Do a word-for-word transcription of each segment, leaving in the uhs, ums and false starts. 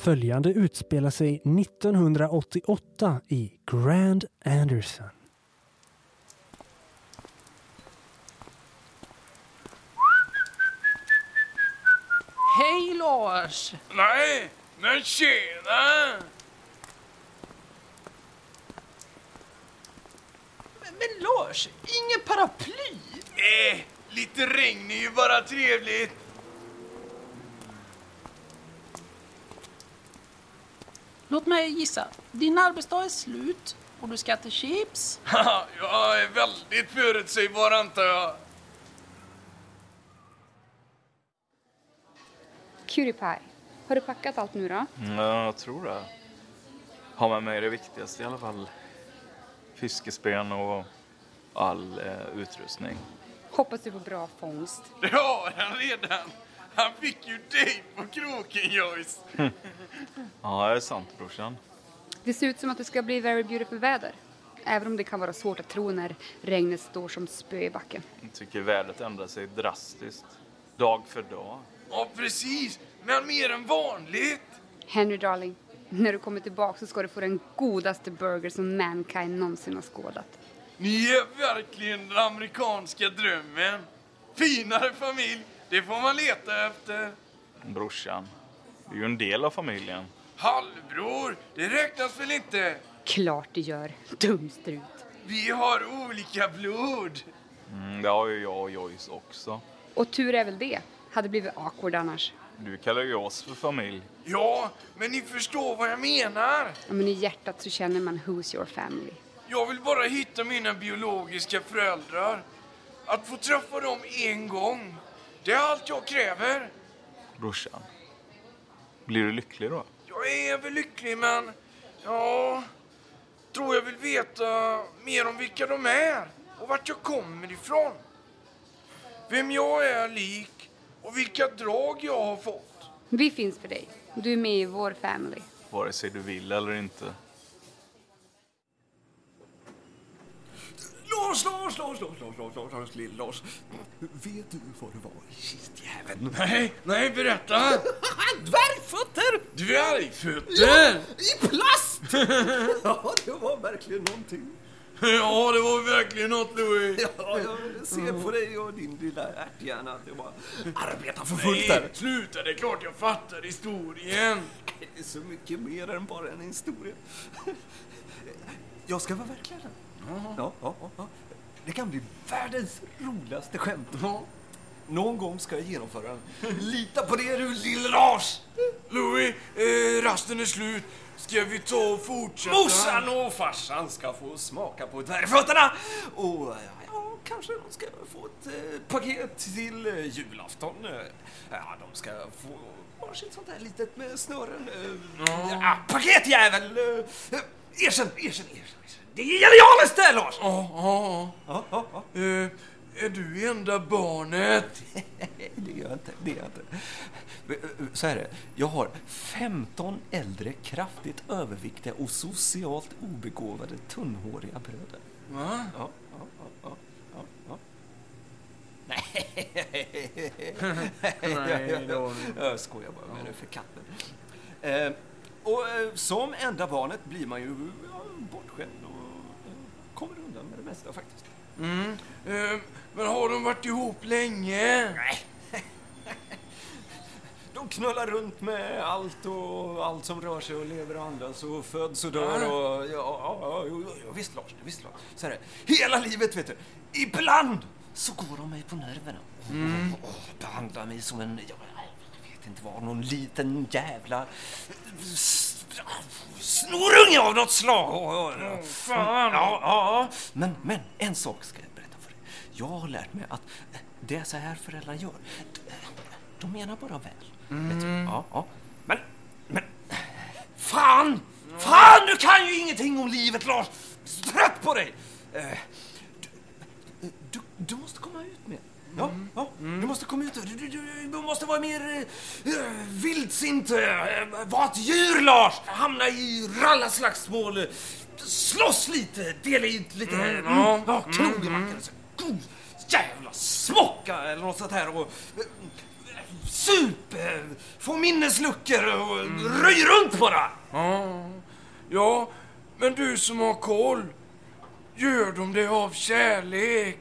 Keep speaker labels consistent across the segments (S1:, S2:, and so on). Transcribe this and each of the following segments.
S1: Följande utspelar sig nittonhundraåttioåtta i Grand Anderson.
S2: Hej Lars!
S3: Nej, men tjena!
S2: Men, men Lars, ingen paraply!
S3: Eh, lite regn är ju bara trevligt.
S2: Låt mig gissa. Din arbetsdag är slut och du ska äta chips.
S3: Haha, jag är väldigt förutsägbar antar jag.
S4: Cutie Pie. Har du packat allt nu då?
S5: Ja, jag tror det. Har med mig det viktigaste i alla fall. Fiskespen och all eh, utrustning.
S4: Hoppas du får bra fångst.
S3: Det har han redan. Han fick ju dig på kroken, Joyce.
S5: Ja, det är sant, brorsan.
S4: Det ser ut som att det ska bli very beautiful väder. Även om det kan vara svårt att tro när regnet står som spö i backen.
S5: Jag tycker vädret ändrar sig drastiskt. Dag för dag.
S3: Ja, precis. Men mer än vanligt.
S4: Henry darling, när du kommer tillbaka så ska du få den godaste burger som mankind någonsin har skådat.
S3: Ni är verkligen den amerikanska drömmen. Finare familj, det får man leta efter.
S5: Brorsan, det är ju en del av familjen.
S3: Halvbror, det räknas väl inte?
S4: Klart det gör, dumstrut.
S3: Vi har olika blod.
S5: Mm, det har ju jag och Joyce också.
S4: Och tur är väl det. Hade blivit awkward annars.
S5: Du kallar ju oss för familj.
S3: Ja, men ni förstår vad jag menar.
S4: Ja, men i hjärtat så känner man who's your family.
S3: Jag vill bara hitta mina biologiska föräldrar. Att få träffa dem en gång. Det är allt jag kräver.
S5: Brorsan, blir du lycklig då?
S3: Jag är väl lycklig, men... Ja... Tror jag vill veta mer om vilka de är. Och vart jag kommer ifrån. Vem jag är lik. Och vilka drag jag har fått.
S4: Vi finns för dig. Du är med i vår family.
S5: Vare sig du vill eller inte.
S6: Lars, Lars, Lars, Lars, Lars, Lars, Lars, Lars, lill Lars. Vet du vad det var i kistjäveln?
S3: Nej, nej, berätta.
S6: Dvärgfötter!
S3: Dvärgfötter?
S6: I plast! Ja, det var verkligen någonting.
S3: Ja, det var verkligen något, Louis.
S6: Ja, jag ser på dig och din lilla ärthjärna att jag bara arbetar för fullt där.
S3: Nej, sluta, det är klart jag fattar historien.
S6: Det är så mycket mer än bara en historia. Jag ska vara verkligen. Ja, ja, ja. Det kan bli världens roligaste skämt.
S3: Ja.
S6: Någon gång ska jag genomföra den. Lita på det, du lille Lars!
S3: Louis, eh, rasten är slut. Ska vi ta och fortsätta?
S6: Morsan och farsan ska få smaka på dvärgfötterna. Och ja, kanske de ska få ett eh, paket till eh, julafton. Ja, de ska få varsitt sånt här litet med snören. Eh,
S3: Ja.
S6: ja, paketjävel! Eh, erkänn, erkänn, erkänn. Det är genialiskt det, Lars!
S3: Ja, ja,
S6: Ja, ja, ja.
S3: ja. Eh, är du enda barnet?
S6: Det gör jag inte, det gör jag inte. Så här är det. Jag har femton äldre, kraftigt överviktiga och socialt obegåvade tunnhåriga bröder.
S3: Va?
S6: Ja, ja, ja, ja, ja. Nej.
S3: Nej, då.
S6: Jag skojar bara med det för katten. Eh, och eh, som enda barnet blir man ju ja, bortskämd och eh, kommer undan med det mesta faktiskt.
S3: Mm. Eh, men har de varit ihop länge?
S6: Nej. De knullar runt med allt och allt som rör sig och lever och andas och föds och dör och ja, ja, ja, ja visst Lars, visst Lars. Så här, hela livet vet du. Ibland så går de mig på nerverna. Mm. Och, och, och behandlar mig som en, ja, jag vet inte vad, någon liten jävla snorunge av något slag.
S3: Oh, fan.
S6: Ja, ja, men, men en sak ska jag berätta för dig. Jag har lärt mig att det är så här föräldrar gör. De menar bara väl. Mm. Vet du? Ja, ja. Men, men, fan! Fan, du kan ju ingenting om livet, Lars! Trött på dig! Eh, du, du, du måste komma ut med. Ja, mm. ja. Mm. Du måste komma ut. Du, du, du, du måste vara mer uh, vildsint. Uh, vara ett djur, Lars! Hamna i rallarslagsmål. Slåss lite. Dela ut lite. Mm. Mm. Ja, knogjemackar. Mm. God jävla smocka eller något sånt här. Och, uh, Sup! Få minnesluckor och röj runt bara!
S3: Ja, ja, men du som har koll, gör de det av kärlek?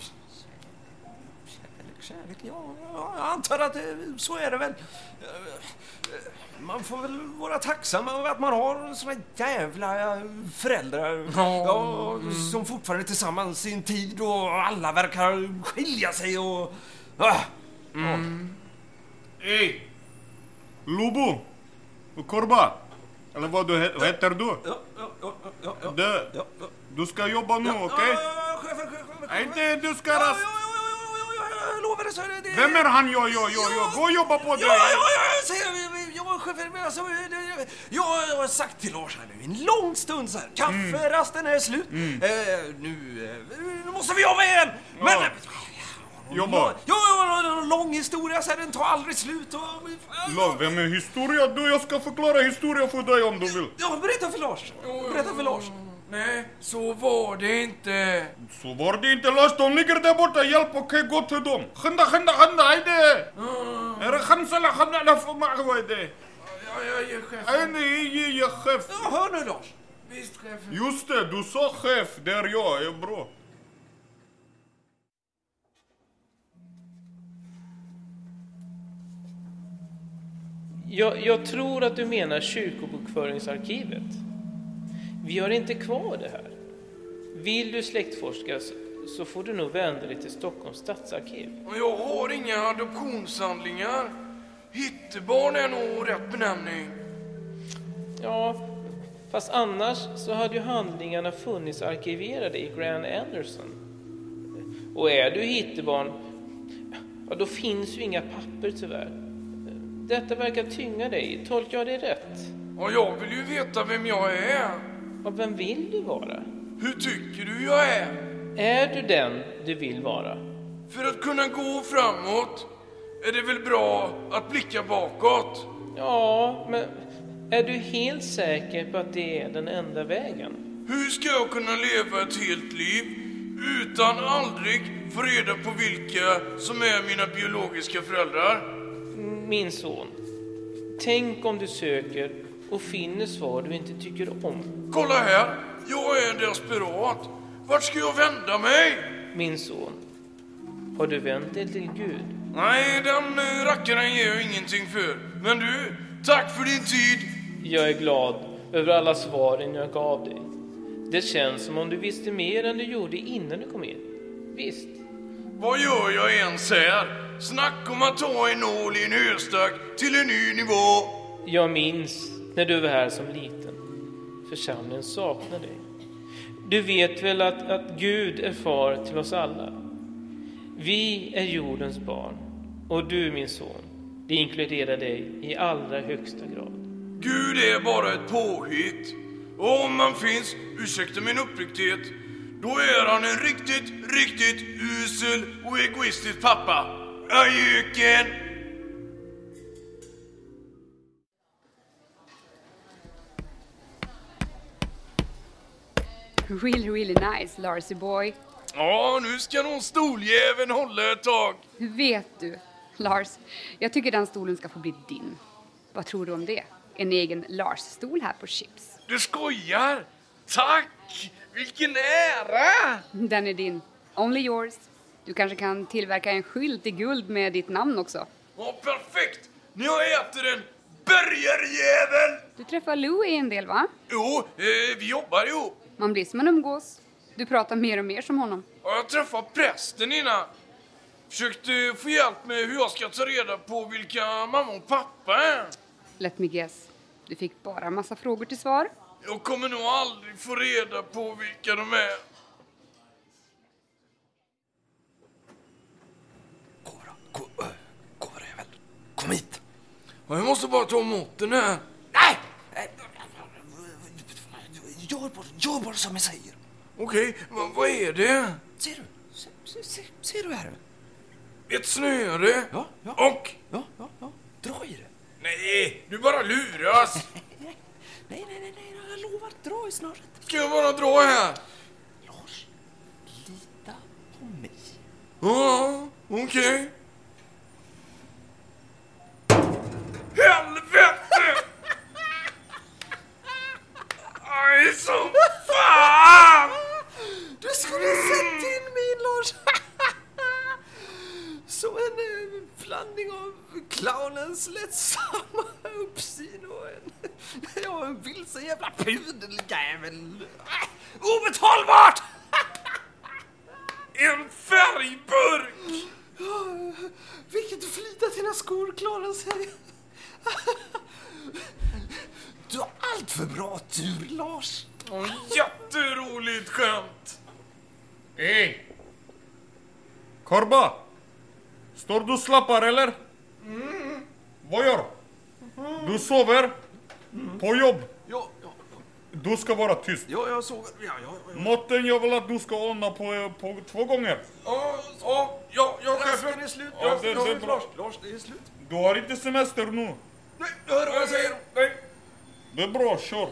S6: Kärlek, kärlek, ja, ja, jag antar att det, så är det väl. Man får väl vara tacksam över att man har såna jävla föräldrar
S3: ja,
S6: ja,
S3: mm.
S6: som fortfarande är tillsammans i en tid och alla verkar skilja sig och... Ah,
S3: Mm.
S7: Hej! Lobo! Korba! Eller vad du he- heter du?
S6: ja, ja, ja, ja, ja,
S7: Du,
S6: ja, ja.
S7: du ska jobba nu,
S6: Ja,
S7: okej?
S6: ja, ja, chefen, chefen,
S7: Nej,
S6: chefen.
S7: inte du ska
S6: Ja, ja,
S7: rast...
S6: ja, ja, ja, ja, ja, jag lovar det, så är det.
S7: Vem är han? Ja, ja, ja, ja. Gå och jobba på det!
S6: Ja, ja, ja, säger jag, ja, chefen, men alltså, det- jag har sagt till Lars här nu en lång stund så här. Kafferasten är slut.
S7: Mm.
S6: Eh, nu, eh, nu måste vi jobba igen. Men...
S7: Ja. Jobba.
S6: Ja, ja, en lång historia så här, den tar aldrig slut. Och,
S7: Låt, vem är historia? Du, jag ska förklara historia för dig om du vill.
S6: ja, berätta för Lars. Berätta för Lars.
S3: Nej, så var det inte.
S7: Så var det inte, Lars. De ligger där borta. Hjälp, okej, gå till dem. Skynda, skynda, skynda, hejde! Är det chans eller skynda eller för mig? Vad är det?
S3: Ja, jag ger chefen.
S7: Nej, nej, jag är chef.
S6: Ja, hör nu Lars.
S3: Visst, chefen.
S7: Just det, du sa chef. Det är jag, är bra.
S8: Jag, jag tror att du menar kyrkobokföringsarkivet. Vi har inte kvar det här. Vill du släktforska så, så får du nog vända dig till Stockholms stadsarkiv.
S3: Och jag har inga adoptionshandlingar. Hittebarn är nog rätt benämning.
S8: Ja, fast annars så hade ju handlingarna funnits arkiverade i Grand Anderson. Och är du hittebarn, ja, då finns ju inga papper tyvärr. Detta verkar tynga dig. Tolkar jag det rätt?
S3: Och jag vill ju veta vem jag är.
S8: Och vem vill du vara?
S3: Hur tycker du jag är?
S8: Är du den du vill vara?
S3: För att kunna gå framåt är det väl bra att blicka bakåt.
S8: Ja, men är du helt säker på att det är den enda vägen?
S3: Hur ska jag kunna leva ett helt liv utan aldrig få reda på vilka som är mina biologiska föräldrar?
S8: Min son, tänk om du söker och finner svar du inte tycker om.
S3: Kolla här, jag är desperat. Vart ska jag vända mig?
S8: Min son, har du vänt dig till Gud?
S3: Nej, den eh, rackaren ger jag ingenting för. Men du, tack för din tid.
S8: Jag är glad över alla svaren jag gav dig. Det känns som om du visste mer än du gjorde innan du kom in. Visst.
S3: Vad gör jag ens här? Snack om att ta en nål i en höstack till en ny nivå.
S8: Jag minns när du var här som liten. Församlingen saknar dig. Du vet väl att, att Gud är far till oss alla. Vi är jordens barn. Och du, min son, det inkluderar dig i allra högsta grad.
S3: Gud är bara ett påhitt. Och om man finns, ursäkta min uppriktighet, då är han en riktigt, riktigt usel och egoistisk pappa. Ajöken!
S4: Really, really nice, Larsy boy.
S3: Ja, nu ska nog stoljäveln hålla ett tag.
S4: Vet du, Lars, jag tycker den stolen ska få bli din. Vad tror du om det? En egen Lars-stol här på Chips.
S3: Du skojar? Tack! Vilken ära!
S4: Den är din. Only yours. Du kanske kan tillverka en skylt i guld med ditt namn också.
S3: Ja, perfekt! När jag äter en burgarjävel!
S4: Du träffar Louie en del, va?
S3: Jo, eh, vi jobbar ihop.
S4: Man blir som man umgås. Du pratar mer och mer som honom.
S3: Ja, jag träffade prästen innan. Försökte få hjälp med hur jag ska ta reda på vilka mamma och pappa är.
S4: Let me guess. Du fick bara en massa frågor till svar.
S3: Jag kommer nog aldrig få reda på vilka de är.
S6: Kobra, ko, äh, kobra jävel. Kom hit.
S3: Ja, jag måste bara ta måtten här.
S6: Nej! Gör bara, gör bara som jag säger.
S3: Okej, vad, vad är det?
S6: Ser du? Se, se, se, ser du här?
S3: Ett snöre?
S6: Ja, ja.
S3: Och?
S6: Ja, ja, ja. Dra i det.
S3: Nej, du bara luras.
S6: Nej, nej, nej, nej. Jag lovar. Dra i snöret.
S3: Ska jag bara dra här?
S6: Lars, lita på mig.
S3: Ja, okej. Helvete! Aj, som fan!
S6: Du skulle sett in min Lars. Som en eh, blandning av clownens lättsamma uppsyn och en, ja, en vilsen jävla pudeljävel. Obetalbart!
S3: En färgburk!
S6: Vilket flyt att dina skor klarar sig. Du har allt för bra tur, Lars.
S3: Oh, jätteroligt skämt.
S7: Hej! Korba! Står du slappar eller?
S3: Mm.
S7: Vad gör du? Du sover?
S3: Mm.
S7: På jobb?
S6: Ja, ja,
S7: Du ska vara tyst.
S6: ja, jag såg. Ja, ja, ja.
S7: Måtten jag vill att du ska ordna på, på två gånger.
S3: Ja, ja, ja, ja, chefen.
S6: Rasken är slut.
S7: Ja,
S6: Ja,
S7: det-
S6: det,
S7: det är
S6: det,
S7: bra.
S6: Lars, Lars, det är slut.
S7: Du har inte semester nu.
S6: Nej, du hör vad jag säger.
S3: Nej.
S7: Det är bra, kör.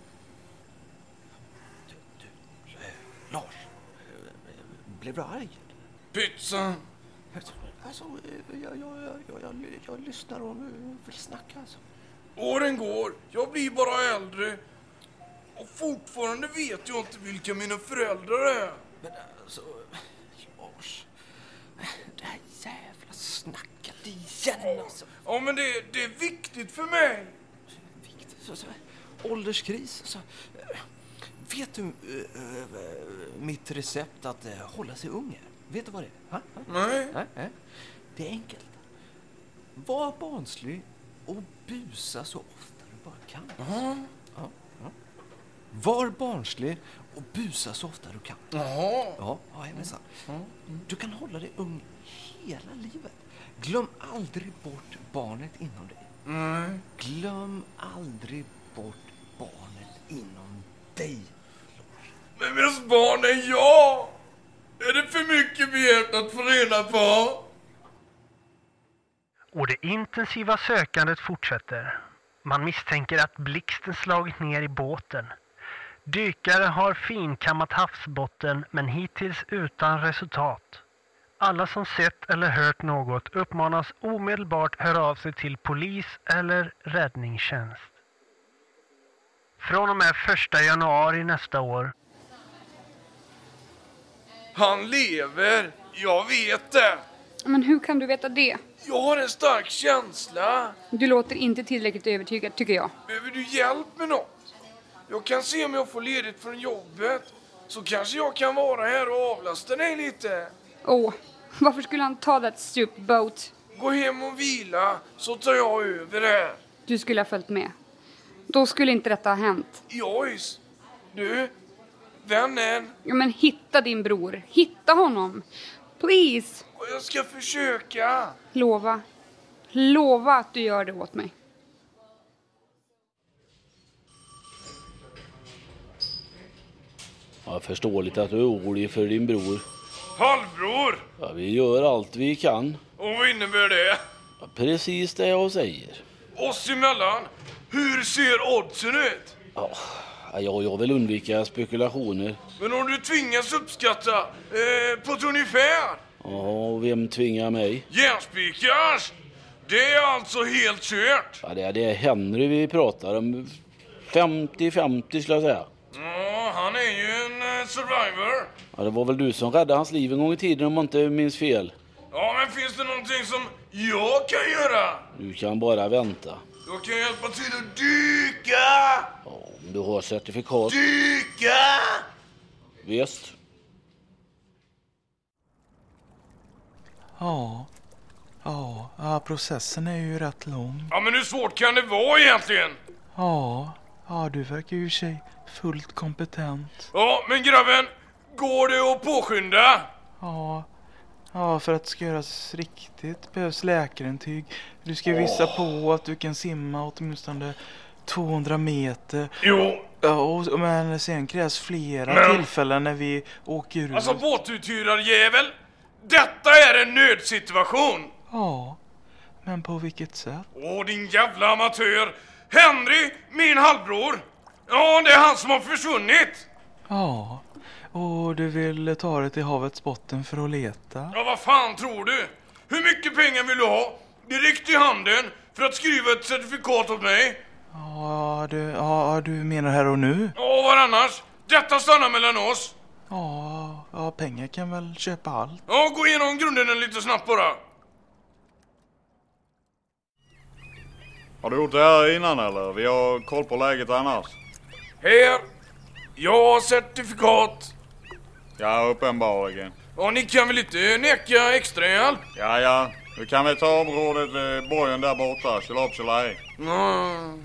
S6: Lars, eh, blev du arg?
S3: Pizza.
S6: Alltså, eh, jag, jag, jag, jag, jag, jag lyssnar och vill snacka alltså.
S3: Åren går, jag blir bara äldre. Och fortfarande vet jag inte vilka mina föräldrar är.
S6: Men alltså, Lars, det här jävla snacket igen alltså.
S3: Ja, men det, det är viktigt för mig.
S6: Viktigt, så, så, ålderskris. Så, eh, vet du eh, eh, mitt recept att eh, hålla sig ung är? Vet du vad det är? Ha? Ha?
S3: Nej.
S6: Nej, nej. Det är enkelt. Var barnslig och busa så ofta du bara kan.
S3: Jaha.
S6: Ja, ja. Var barnslig och busa så ofta du kan.
S3: Jaha.
S6: Ja, ja, jag menar. Du kan hålla dig ung hela livet. Glöm aldrig bort barnet inom dig.
S3: Nej.
S6: Glöm aldrig bort barnet inom dig.
S3: Men vems barn är jag? Är det för mycket begärt att få reda på?
S1: Och det intensiva sökandet fortsätter. Man misstänker att blixten slagit ner i båten. Dykare har finkammat havsbotten men hittills utan resultat. Alla som sett eller hört något uppmanas omedelbart höra av sig till polis eller räddningstjänst. Från och med första januari nästa år.
S3: Han lever. Jag vet det.
S4: Men hur kan du veta det?
S3: Jag har en stark känsla.
S4: Du låter inte tillräckligt övertygad, tycker jag.
S3: Behöver du hjälp med något? Jag kan se om jag får ledigt från jobbet. Så kanske jag kan vara här och avlasta dig lite.
S4: Åh, varför skulle han ta that soup boat?
S3: Gå hem och vila så tar jag över här.
S4: Du skulle ha följt med. Då skulle inte detta ha hänt.
S3: Joyce, du, vännen.
S4: Ja, men hitta din bror. Hitta honom. Please.
S3: Och jag ska försöka.
S4: Lova. Lova att du gör det åt mig.
S9: Jag förstår lite att du är orolig för din bror.
S3: Halvbror.
S9: Ja, vi gör allt vi kan.
S3: Och vad innebär det?
S9: Ja, precis det jag säger.
S3: Oss emellan, hur ser oddsen ut?
S9: Ja, jag, jag vill undvika spekulationer.
S3: Men om du tvingas uppskatta eh, på ett ungefär.
S9: Ja, och vem tvingar mig?
S3: Järnspikars! Det är alltså helt kört.
S9: Ja, det är, det är Henry vi pratar om. femtio femtio skulle jag säga.
S3: Ja, han är ju en eh, survivor.
S9: Ja, det var väl du som räddade hans liv en gång i tiden om man inte minns fel.
S3: Ja, men finns det någonting som jag kan göra?
S9: Du kan bara vänta.
S3: Jag kan hjälpa till att dyka!
S9: Ja, om du har certifikat.
S3: Dyka!
S9: Visst.
S5: Ja. ja, ja, processen är ju rätt lång.
S3: Ja, men hur svårt kan det vara egentligen?
S5: Ja, ja, du verkar ju sig fullt kompetent.
S3: Ja, men grabben, går det att påskynda?
S5: Ja, ja, för att det ska göras riktigt behövs läkarintyg. Du ska visa på att du kan simma åtminstone tvåhundra meter.
S3: Jo.
S5: Ja, och, men sen krävs flera
S3: Men-
S5: tillfällen när vi åker ut.
S3: Alltså båtuthyrarjävel, detta är en nödsituation.
S5: Ja, men på vilket sätt?
S3: Åh, din jävla amatör. Henry, min halvbror. Ja, det är han som har försvunnit.
S5: Ja, och du vill ta dig till havets botten för att leta?
S3: Ja, vad fan tror du? Hur mycket pengar vill du ha? direkt i handen för att skriva ett certifikat åt mig.
S5: Ja, du, ja, du menar här och nu?
S3: Ja, vad annars? Detta stannar mellan oss.
S5: Ja, ja, pengar kan väl köpa allt.
S3: Ja, gå igenom grunderna lite snabbt bara.
S7: Har du gjort det här innan eller? Vi har koll på läget annars.
S3: Här. Jag har certifikat.
S7: Ja, uppenbarligen.
S3: Ja, ni kan väl inte neka extra hjälp?
S7: Ja, ja. Nu kan vi ta området vid borgen där borta. Kör upp, kör hej.
S3: Mm.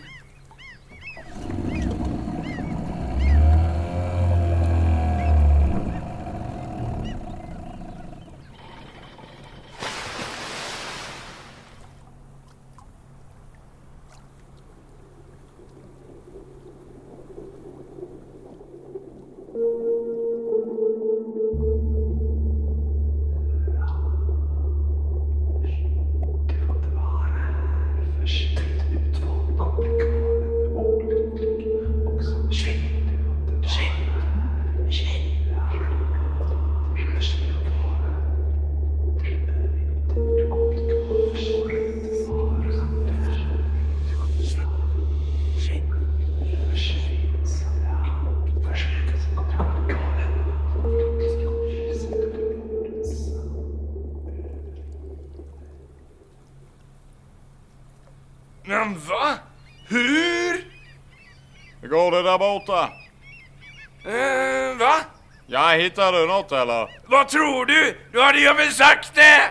S3: Men va? Hur?
S7: Hur går det där borta?
S3: Eh, va?
S7: Ja, hittar du något eller?
S3: Vad tror du? Då hade jag väl sagt det!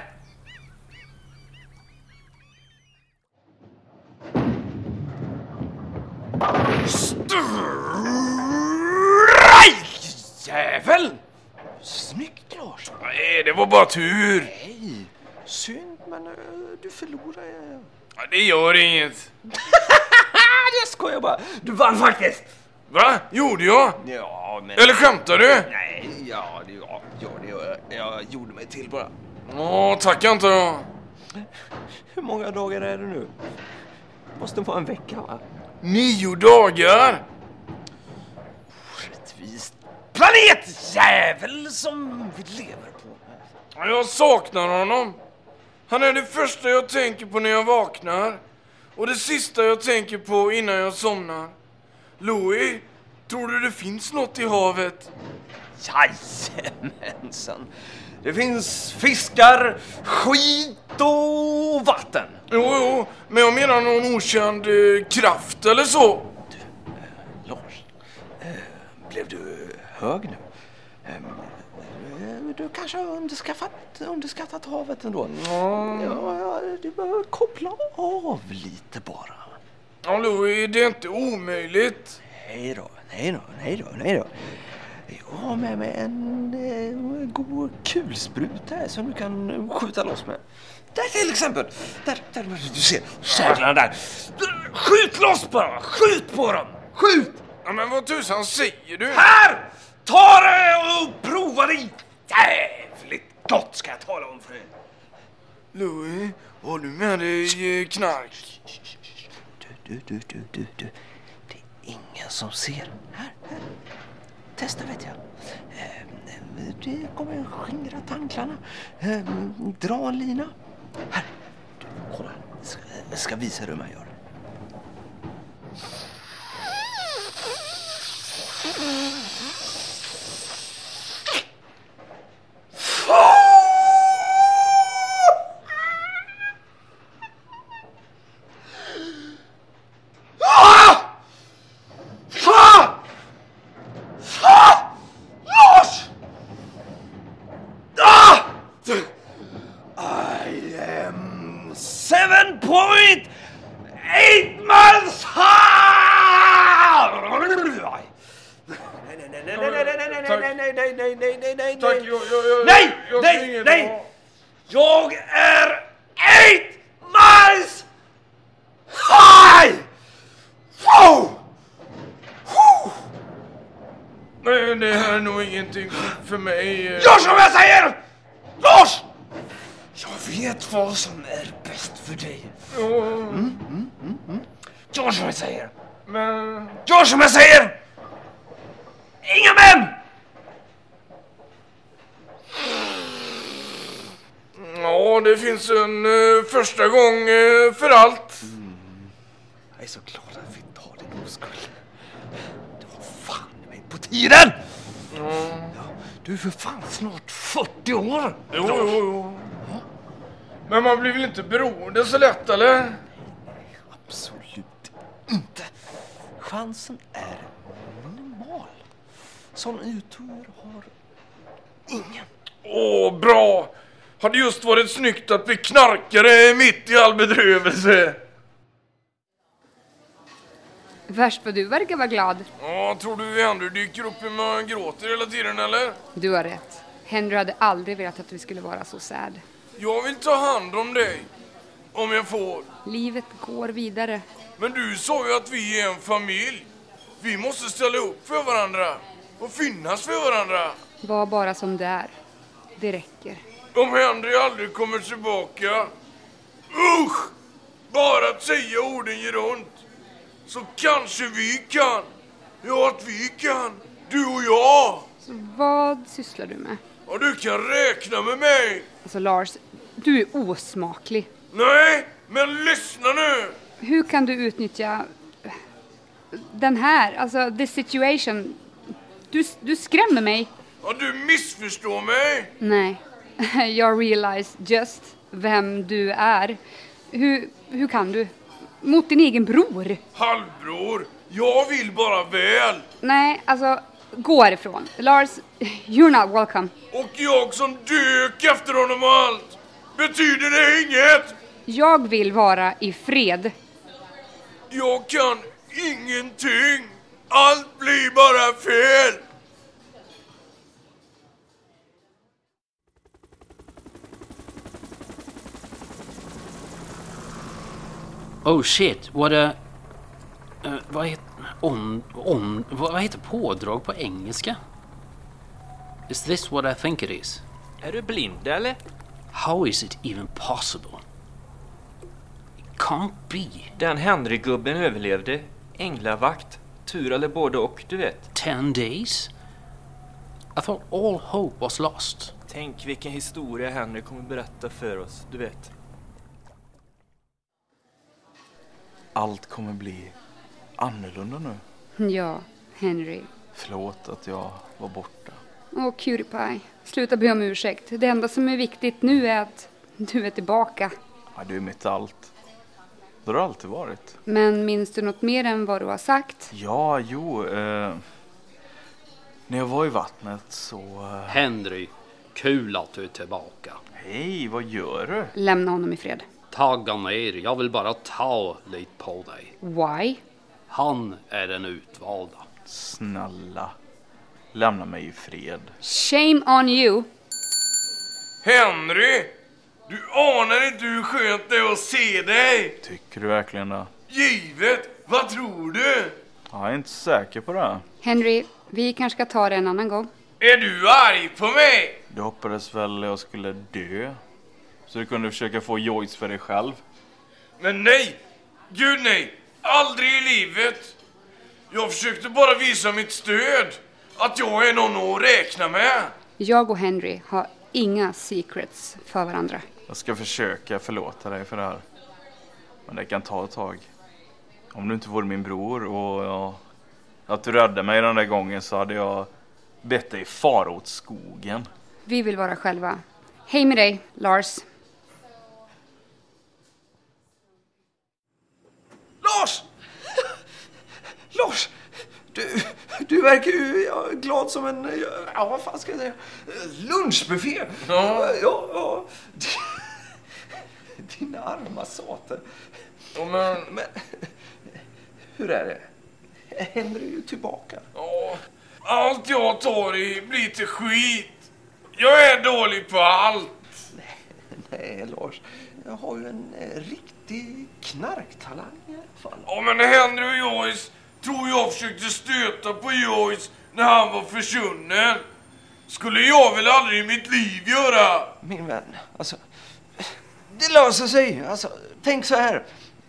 S6: Jävel! Snyggt, Lars.
S3: Nej, det var bara tur.
S6: Nej, synd, men uh, du förlorade.
S3: Ja, det gör inget.
S6: Jag skojar bara. Du vann faktiskt.
S3: Va? Gjorde jag?
S6: Ja, men...
S3: Eller skämtar du?
S6: Nej, ja, det, ja, ja, det jag, jag gjorde mig till bara.
S3: Åh, tackar inte då.
S6: Hur många dagar är det nu? Måste vara en vecka, va?
S3: Nio dagar?
S6: Orättvist. Planetjävel som vi lever på.
S3: Ja, jag saknar honom. Han är det första jag tänker på när jag vaknar. Och det sista jag tänker på innan jag somnar. Louis, tror du det finns något i havet?
S6: Jajamensan. Det finns fiskar, skit och vatten.
S3: Jo, jo, men jag menar någon okänd eh, kraft eller så.
S6: Du, eh, Lars, eh, blev du hög nu? Eh, du kanske har underskattat, underskattat havet ändå. Mm. Ja, ja, du behöver koppla av lite bara.
S3: Ja, Louis, det är inte omöjligt.
S6: Nej då, nej då, nej då, nej då. Jag har med mig en eh, god kulsprut här som du kan skjuta loss med. Där till exempel. Där, där du ser. Jävlarna där. Skjut loss bara. Skjut på dem. Skjut.
S3: Ja, men vad tusan säger du?
S6: Här! Ta det och prova det. Jävligt gott ska jag tala om för dig.
S3: Louis, har du med dig eh, knark?
S6: Du, du, du, du, du. Det är ingen som ser. Här, här. Testa vet jag. Det kommer skingra tanklarna. Dra en lina. Här. Du, kolla. Jag ska visa hur man gör. seven point eight miles high! Nej, nej, nej, nej, nej, nej, nej, nej, nej, nej, nej, nej, nej,
S3: Tack, jag, jag, jag,
S6: nej,
S3: jag
S6: nej, nej! Jag är eight miles high! Wow!
S3: Nej, det här är nog ingenting för mig.
S6: Gör som jag säger! Lars! Jag vet vad som är bäst för dig.
S3: Ja.
S6: Mm, mm, mm, mm. Gör som jag säger.
S3: Men...
S6: Gör som jag säger! Inga män!
S3: Ja, Ja, det finns en uh, första gång uh, för allt.
S6: Mm. Jag är så glad att vi tar din oskuld. Det var fan mig på tiden! Mm. Ja, du är för fan snart fyrtio år.
S3: Jo, jo, jo. Ja. Men man blir väl inte beroende så lätt, eller?
S6: Absolut inte. Chansen är minimal. Sån utur har ingen.
S3: Åh, bra! Hade just varit snyggt att bli knarkare mitt i all bedrövelse.
S4: Värst vad du verkar vara glad.
S3: Ja, tror du Henry dyker upp när man gråter hela tiden, eller?
S4: Du har rätt. Henry hade aldrig velat att vi skulle vara så sad.
S3: Jag vill ta hand om dig. Om jag får.
S4: Livet går vidare.
S3: Men du sa ju att vi är en familj. Vi måste ställa upp för varandra. Och finnas för varandra.
S4: Var bara som det är. Det räcker.
S3: Om Henry aldrig kommer tillbaka. Usch! Bara att säga orden ger ont. Så kanske vi kan. Ja, att vi kan. Du och jag.
S4: Så vad sysslar du med?
S3: Ja, du kan räkna med mig.
S4: Alltså Lars, du är osmaklig.
S3: Nej, men lyssna nu.
S4: Hur kan du utnyttja den här, alltså the situation? Du, du skrämmer mig.
S3: Ja, du missförstår mig.
S4: Nej, jag realize just vem du är. Hur, hur kan du? Mot din egen bror.
S3: Halvbror, jag vill bara väl.
S4: Nej, alltså gå härifrån. Lars, you're not welcome.
S3: Och jag som dök efter honom och allt. Betyder det inget?
S4: Jag vill vara i fred.
S3: Jag kan ingenting. Allt blir bara fel.
S9: Oh shit, what a... Uh, vad heter... On, on, vad heter pådrag på engelska? Is this what I think it is?
S10: Är du blind eller?
S9: How is it even possible? It can't be.
S10: Den Henry-gubben överlevde. Änglavakt. Tur eller både och, du vet.
S9: Ten days? I thought all hope was lost.
S10: Tänk vilken historia Henry kommer berätta för oss, du vet.
S5: Allt kommer bli annorlunda nu.
S4: Ja, Henry.
S5: Förlåt att jag var borta.
S4: Åh, Cutie Pie. Sluta be om ursäkt. Det enda som är viktigt nu är att du är tillbaka.
S5: Ja, du är mitt allt. Det har du alltid varit.
S4: Men minns du något mer än vad du har sagt?
S5: Ja, jo. Eh, när jag var i vattnet så... Eh...
S9: Henry, kul att du är tillbaka.
S5: Hej, vad gör du?
S4: Lämna honom i fred.
S9: Tagga ner, jag vill bara ta lite på dig.
S4: Why?
S9: Han är den utvalda.
S5: Snälla, lämna mig i fred.
S4: Shame on you.
S3: Henry, du anar inte hur skönt det är att se dig.
S5: Tycker du verkligen det?
S3: Givet, vad tror du?
S5: Jag är inte säker på det.
S4: Henry, vi kanske ska ta det en annan gång.
S3: Är du arg på mig?
S5: Du hoppades väl jag skulle dö? Så du kunde försöka få Joyce för dig själv?
S3: Men nej, gud nej, aldrig i livet. Jag försökte bara visa mitt stöd. Att jag är någon att räkna med.
S4: Jag och Henry har inga secrets för varandra.
S5: Jag ska försöka förlåta dig för det här. Men det kan ta ett tag. Om du inte vore min bror och jag, att du räddade mig den där gången så hade jag bett dig fara åt skogen.
S4: Vi vill vara själva. Hej med dig, Lars.
S6: Lars! Lars! Du, du verkar ju ja, glad som en, ja vad fan ska jag säga, lunchbuffé.
S3: Ja.
S6: Ja, ja. Dina arma sater.
S3: Ja, men...
S6: men hur är det? Henry är ju tillbaka.
S3: Ja, allt jag tar i blir till skit. Jag är dålig på allt.
S6: Nej, nej Lars. Jag har ju en eh, riktig knarktalang i alla fall.
S3: Ja, men Henry och Joyce tror jag försökte stöta på Joyce när han var försvunnen. Skulle jag väl aldrig i mitt liv göra.
S6: Min vän, alltså, det löser sig. Alltså, tänk så här.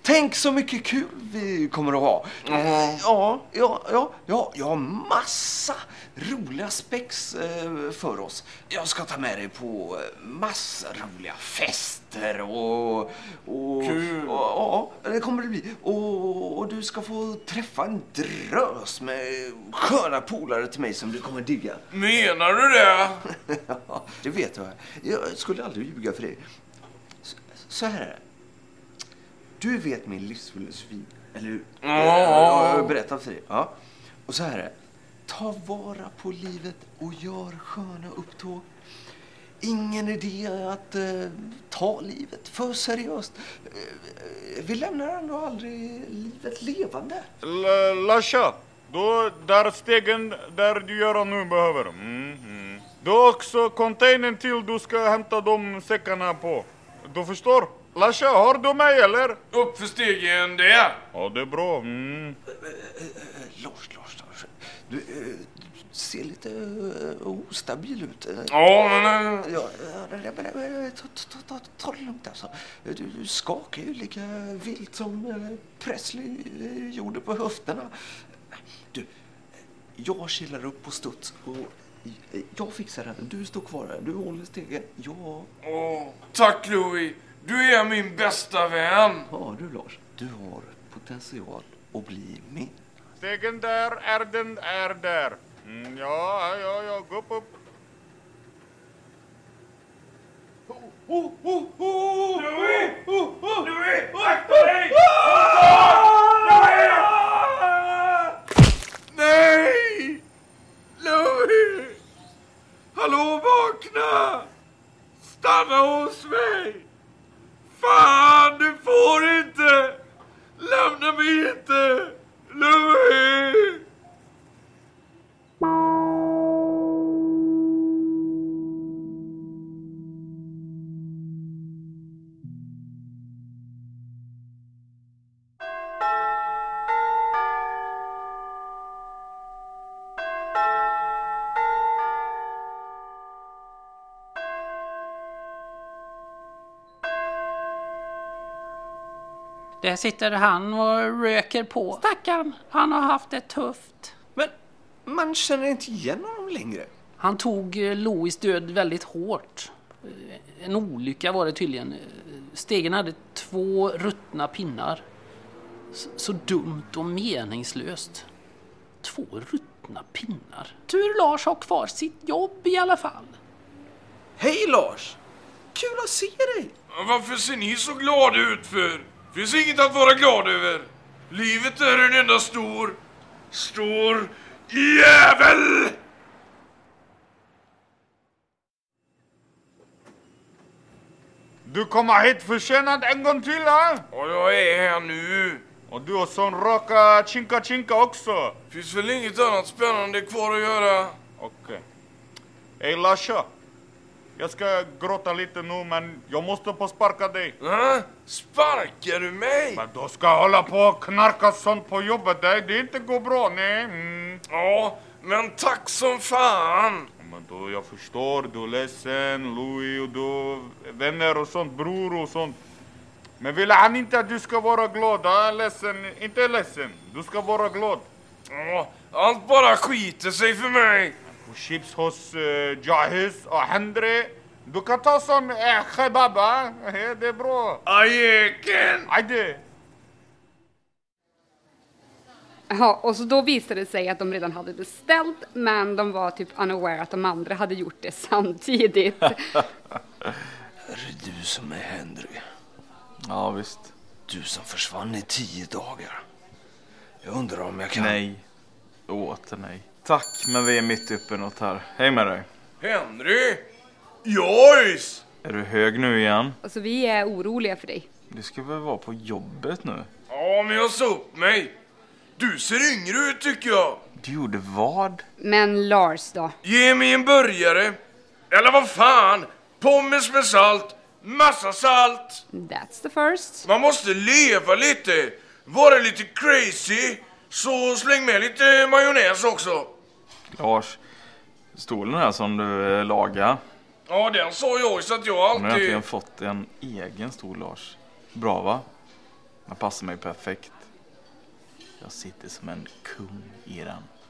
S6: Tänk så mycket kul vi kommer att ha.
S3: Mm.
S6: Ja, ja, ja, ja, jag har massa roliga spex eh, för oss. Jag ska ta med dig på massa roliga fester och... och
S3: Kul.
S6: Och, ja, det kommer det bli. Och, och du ska få träffa en drös med sköna polare till mig som du kommer digga.
S3: Menar du det?
S6: Ja, det vet jag. Jag skulle aldrig ljuga för dig. Så, så här är det. Du vet min livsfilosofi, eller hur?
S3: Ja.
S6: Jag har berättat för dig. Ja. Och så här är det. Ta vara på livet och gör sköna upptåg. Ingen idé att eh, ta livet för seriöst. Eh, vi lämnar ändå aldrig livet levande.
S7: L- Lasha, då där stegen där du gör nu behöver. Mm, mm. Då också containern till du ska hämta de säckarna på. Du förstår? Lasha, har du mig eller?
S3: Upp för stegen där.
S7: Ja, det är bra. Mm.
S6: Lars, Lars, Lars. Du, eh, du ser lite eh, ostabil ut.
S3: Ja, men...
S6: Ja, ja, ja, men, ta, ta, ta, ta det lugnt alltså. Du, du skakar ju lika vilt som eh, Presley eh, gjorde på höfterna. Du, jag kilar upp på studs och eh, jag fixar det. Du står kvar här. Du håller stegen. Ja.
S3: Åh, tack Louis. Du är min bästa vän.
S6: Ja, du Lars. Du har potential att bli min.
S7: Stegen där är den är där. Mm, ja, ja, ja, gå upp, upp.
S3: Oh, oh, oh, oh. Louis! Oh, oh. Louis! Akta dig! Nej! Louis! Hallå, vakna! Stanna hos mig! Fan, du får inte! Lämna mig inte! Louis!
S2: Där sitter han och röker på. Stackarn, han har haft det tufft.
S6: Men man känner inte igen honom längre.
S9: Han tog eh, Louis död väldigt hårt. Eh, En olycka var det tydligen. Eh, Stegen hade två ruttna pinnar. Så, så dumt och meningslöst. Två ruttna pinnar.
S2: Tur Lars har kvar sitt jobb i alla fall.
S6: Hej Lars! Kul att se dig!
S3: Varför ser ni så glada ut för? Finns inget att vara glad över. Livet är en enda stor, stor jävel!
S7: Du kommer hit försenad en gång till, ha?
S3: Och jag är här nu.
S7: Och du har sån raka chinka chinka också.
S3: Finns väl inget annat spännande kvar att göra?
S7: Okej. Okay. Hej Lasha. Jag ska gråta lite nu, men jag måste på sparka dig.
S3: Äh? Sparkar du mig?
S7: Men du ska hålla på och knarka sånt på jobbet. Det är inte går bra, nej. Mm.
S3: Ja, men tack som fan.
S7: Men då, jag förstår, du är ledsen, Louis och du vänner och sånt, bror och sånt. Men vill han inte att du ska vara glad? Ja, ledsen, inte ledsen. Du ska vara glad.
S3: Ja, allt bara skiter sig för mig.
S7: Och chips hos uh, Jahiz och Henry. Du kan ta sån eh, kebab, eh? Det är bra.
S3: Ajeken!
S7: Ajde.
S4: Ja, och så då visade det sig att de redan hade beställt, men de var typ unaware att de andra hade gjort det samtidigt.
S6: Är det du som är Henry?
S5: Ja, visst.
S6: Du som försvann i tio dagar. Jag undrar om jag kan...
S5: Nej. Åter nej. Tack, men vi är mitt uppe i något här. Hej med dig.
S3: Henry! Joyce!
S5: Är du hög nu igen?
S4: Alltså vi är oroliga för dig.
S5: Du ska väl vara på jobbet nu?
S3: Ja, men jag sa upp mig. Du ser yngre ut tycker jag.
S5: Du gjorde vad?
S4: Men Lars då?
S3: Ge mig en burgare. Eller vad fan? Pommes med salt. Massa salt.
S4: That's the first.
S3: Man måste leva lite. Vara lite crazy. Så släng med lite majonnäs också.
S5: Lars, stolen här som du lagar.
S3: Ja, den sa jag så att jag
S5: Men jag har
S3: alltid...
S5: äntligen fått en egen stol, Lars. Bra, va? Den passar mig perfekt. Jag sitter som en kung i den.